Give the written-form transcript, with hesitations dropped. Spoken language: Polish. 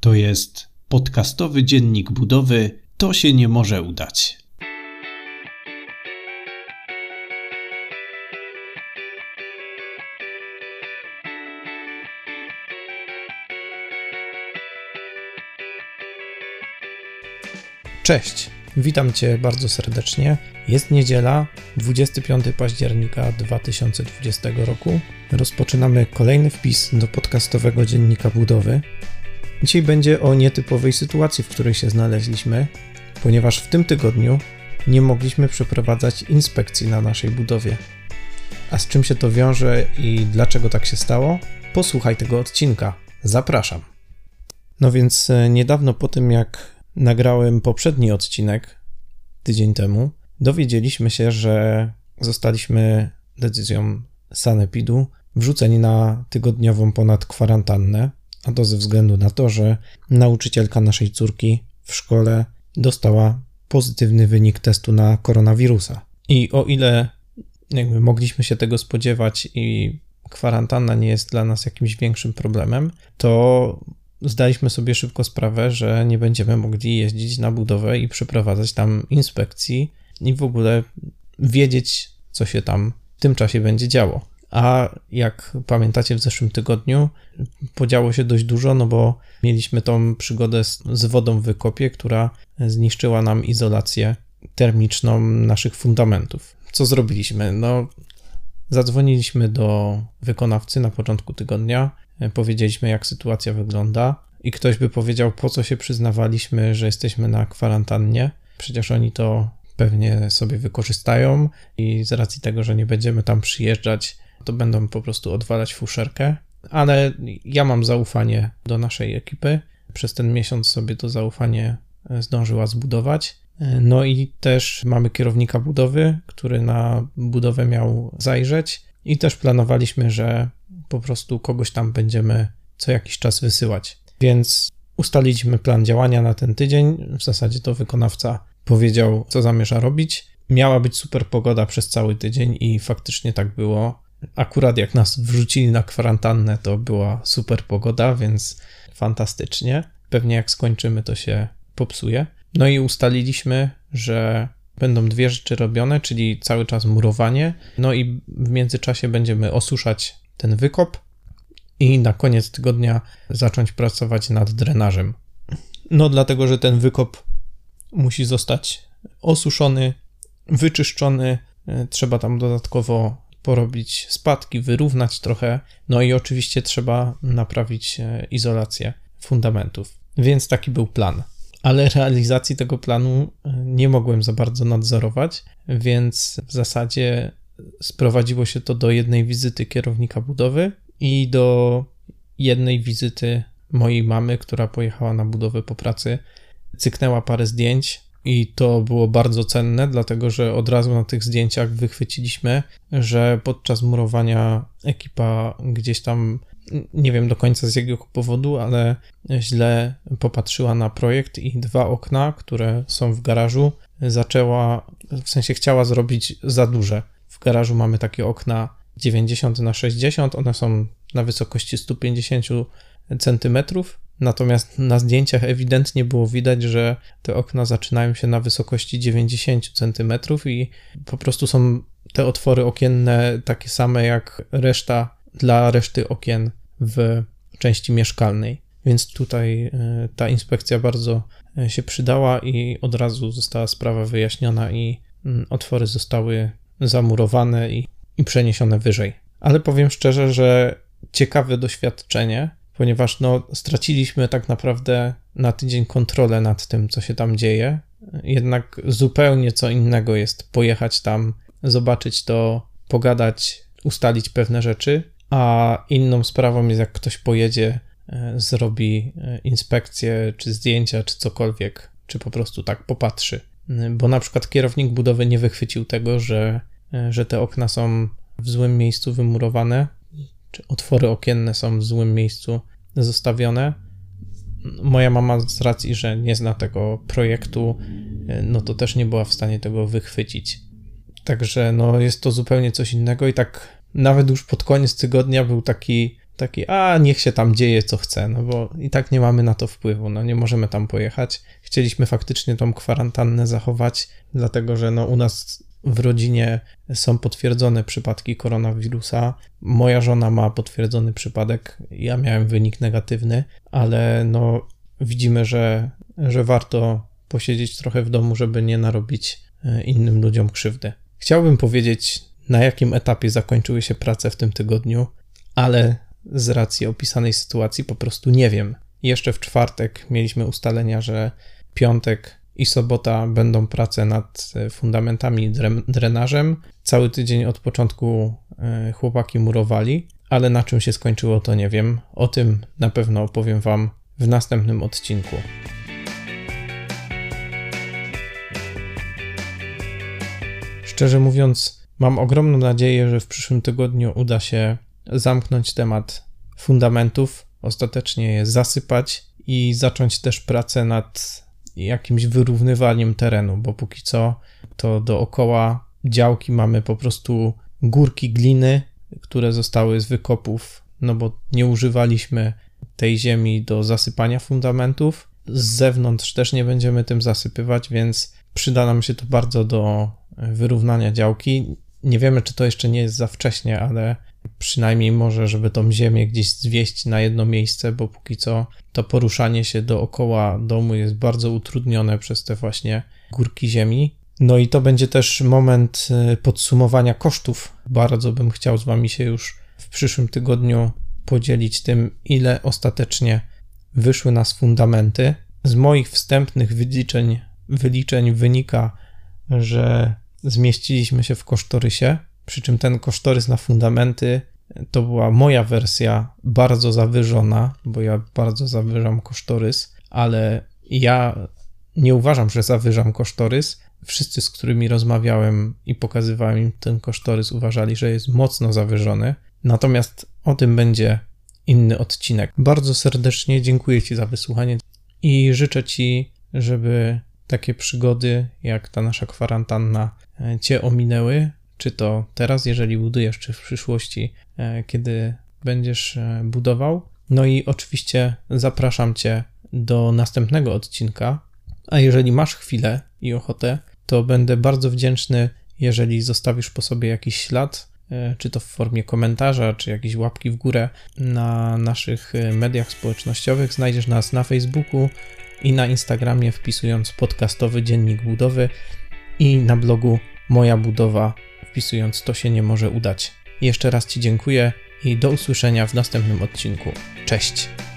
To jest podcastowy dziennik budowy To się nie może udać. Cześć, witam Cię bardzo serdecznie. Jest niedziela, 25 października 2020 roku. Rozpoczynamy kolejny wpis do podcastowego dziennika budowy. Dzisiaj będzie o nietypowej sytuacji, w której się znaleźliśmy, ponieważ w tym tygodniu nie mogliśmy przeprowadzać inspekcji na naszej budowie. A z czym się to wiąże i dlaczego tak się stało? Posłuchaj tego odcinka. Zapraszam. No więc niedawno po tym, jak nagrałem poprzedni odcinek tydzień temu, dowiedzieliśmy się, że zostaliśmy decyzją sanepidu wrzuceni na tygodniową ponad kwarantannę, a to ze względu na to, że nauczycielka naszej córki w szkole dostała pozytywny wynik testu na koronawirusa. I o ile mogliśmy się tego spodziewać i kwarantanna nie jest dla nas jakimś większym problemem, to zdaliśmy sobie szybko sprawę, że nie będziemy mogli jeździć na budowę i przeprowadzać tam inspekcji i w ogóle wiedzieć, co się tam w tym czasie będzie działo. A jak pamiętacie, w zeszłym tygodniu podziało się dość dużo, no bo mieliśmy tą przygodę z wodą w wykopie, która zniszczyła nam izolację termiczną naszych fundamentów. Co zrobiliśmy? No, zadzwoniliśmy do wykonawcy na początku tygodnia, powiedzieliśmy, jak sytuacja wygląda i ktoś by powiedział, po co się przyznawaliśmy, że jesteśmy na kwarantannie. Przecież oni to pewnie sobie wykorzystają i z racji tego, że nie będziemy tam przyjeżdżać, to będą po prostu odwalać fuszerkę. Ale ja mam zaufanie do naszej ekipy. Przez ten miesiąc sobie to zaufanie zdążyła zbudować. No i też mamy kierownika budowy, który na budowę miał zajrzeć i też planowaliśmy, że po prostu kogoś tam będziemy co jakiś czas wysyłać. Więc ustaliliśmy plan działania na ten tydzień. W zasadzie to wykonawca powiedział, co zamierza robić. Miała być super pogoda przez cały tydzień i faktycznie tak było. Akurat jak nas wrzucili na kwarantannę, to była super pogoda, więc fantastycznie. Pewnie jak skończymy, to się popsuje. No i ustaliliśmy, że będą dwie rzeczy robione, czyli cały czas murowanie, no i w międzyczasie będziemy osuszać ten wykop i na koniec tygodnia zacząć pracować nad drenażem. No dlatego, że ten wykop musi zostać osuszony, wyczyszczony, trzeba tam dodatkowo porobić spadki, wyrównać trochę, no i oczywiście trzeba naprawić izolację fundamentów. Więc taki był plan. Ale realizacji tego planu nie mogłem za bardzo nadzorować, więc w zasadzie sprowadziło się to do jednej wizyty kierownika budowy i do jednej wizyty mojej mamy, która pojechała na budowę po pracy, cyknęła parę zdjęć i to było bardzo cenne, dlatego że od razu na tych zdjęciach wychwyciliśmy, że podczas murowania ekipa gdzieś tam, nie wiem do końca z jakiego powodu, ale źle popatrzyła na projekt i dwa okna, które są w garażu, chciała zrobić za duże. W garażu mamy takie okna 90x60, one są na wysokości 150 cm, natomiast na zdjęciach ewidentnie było widać, że te okna zaczynają się na wysokości 90 cm i po prostu są te otwory okienne takie same jak dla reszty okien w części mieszkalnej. Więc tutaj ta inspekcja bardzo się przydała i od razu została sprawa wyjaśniona i otwory zostały zamurowane i przeniesione wyżej. Ale powiem szczerze, że ciekawe doświadczenie, ponieważ straciliśmy tak naprawdę na tydzień kontrolę nad tym, co się tam dzieje. Jednak zupełnie co innego jest pojechać tam, zobaczyć to, pogadać, ustalić pewne rzeczy, a inną sprawą jest, jak ktoś pojedzie, zrobi inspekcję, czy zdjęcia, czy cokolwiek, czy po prostu tak popatrzy. Bo na przykład kierownik budowy nie wychwycił tego, że te okna są w złym miejscu wymurowane, czy otwory okienne są w złym miejscu zostawione. Moja mama z racji, że nie zna tego projektu, no to też nie była w stanie tego wychwycić. Także jest to zupełnie coś innego i tak nawet już pod koniec tygodnia był taki taki, niech się tam dzieje co chce, no bo i tak nie mamy na to wpływu, no nie możemy tam pojechać. Chcieliśmy faktycznie tą kwarantannę zachować, dlatego że no u nas w rodzinie są potwierdzone przypadki koronawirusa. Moja żona ma potwierdzony przypadek, ja miałem wynik negatywny, ale no widzimy, że warto posiedzieć trochę w domu, żeby nie narobić innym ludziom krzywdy. Chciałbym powiedzieć, na jakim etapie zakończyły się prace w tym tygodniu, ale z racji opisanej sytuacji po prostu nie wiem. Jeszcze w czwartek mieliśmy ustalenia, że piątek i sobota będą prace nad fundamentami i drenażem. Cały tydzień od początku chłopaki murowali, ale na czym się skończyło, to nie wiem. O tym na pewno opowiem Wam w następnym odcinku. Szczerze mówiąc, mam ogromną nadzieję, że w przyszłym tygodniu uda się zamknąć temat fundamentów, ostatecznie je zasypać i zacząć też pracę nad jakimś wyrównywaniem terenu, bo póki co to dookoła działki mamy po prostu górki gliny, które zostały z wykopów, no bo nie używaliśmy tej ziemi do zasypania fundamentów. Z zewnątrz też nie będziemy tym zasypywać, więc przyda nam się to bardzo do wyrównania działki. Nie wiemy, czy to jeszcze nie jest za wcześnie, ale przynajmniej może, żeby tą ziemię gdzieś zwieść na jedno miejsce, bo póki co to poruszanie się dookoła domu jest bardzo utrudnione przez te właśnie górki ziemi. No i to będzie też moment podsumowania kosztów. Bardzo bym chciał z Wami się już w przyszłym tygodniu podzielić tym, ile ostatecznie wyszły nas fundamenty. Z moich wstępnych wyliczeń wynika, że zmieściliśmy się w kosztorysie, przy czym ten kosztorys na fundamenty to była moja wersja bardzo zawyżona, bo ja bardzo zawyżam kosztorys, ale ja nie uważam, że zawyżam kosztorys. Wszyscy, z którymi rozmawiałem i pokazywałem im ten kosztorys, uważali, że jest mocno zawyżony. Natomiast o tym będzie inny odcinek. Bardzo serdecznie dziękuję Ci za wysłuchanie i życzę Ci, żeby takie przygody jak ta nasza kwarantanna Cię ominęły, czy to teraz, jeżeli budujesz, czy w przyszłości, kiedy będziesz budował. No i oczywiście zapraszam Cię do następnego odcinka, a jeżeli masz chwilę i ochotę, to będę bardzo wdzięczny, jeżeli zostawisz po sobie jakiś ślad, czy to w formie komentarza, czy jakieś łapki w górę na naszych mediach społecznościowych. Znajdziesz nas na Facebooku i na Instagramie, wpisując podcastowy dziennik budowy, i na blogu Moja Budowa, wpisując To się nie może udać. Jeszcze raz Ci dziękuję i do usłyszenia w następnym odcinku. Cześć!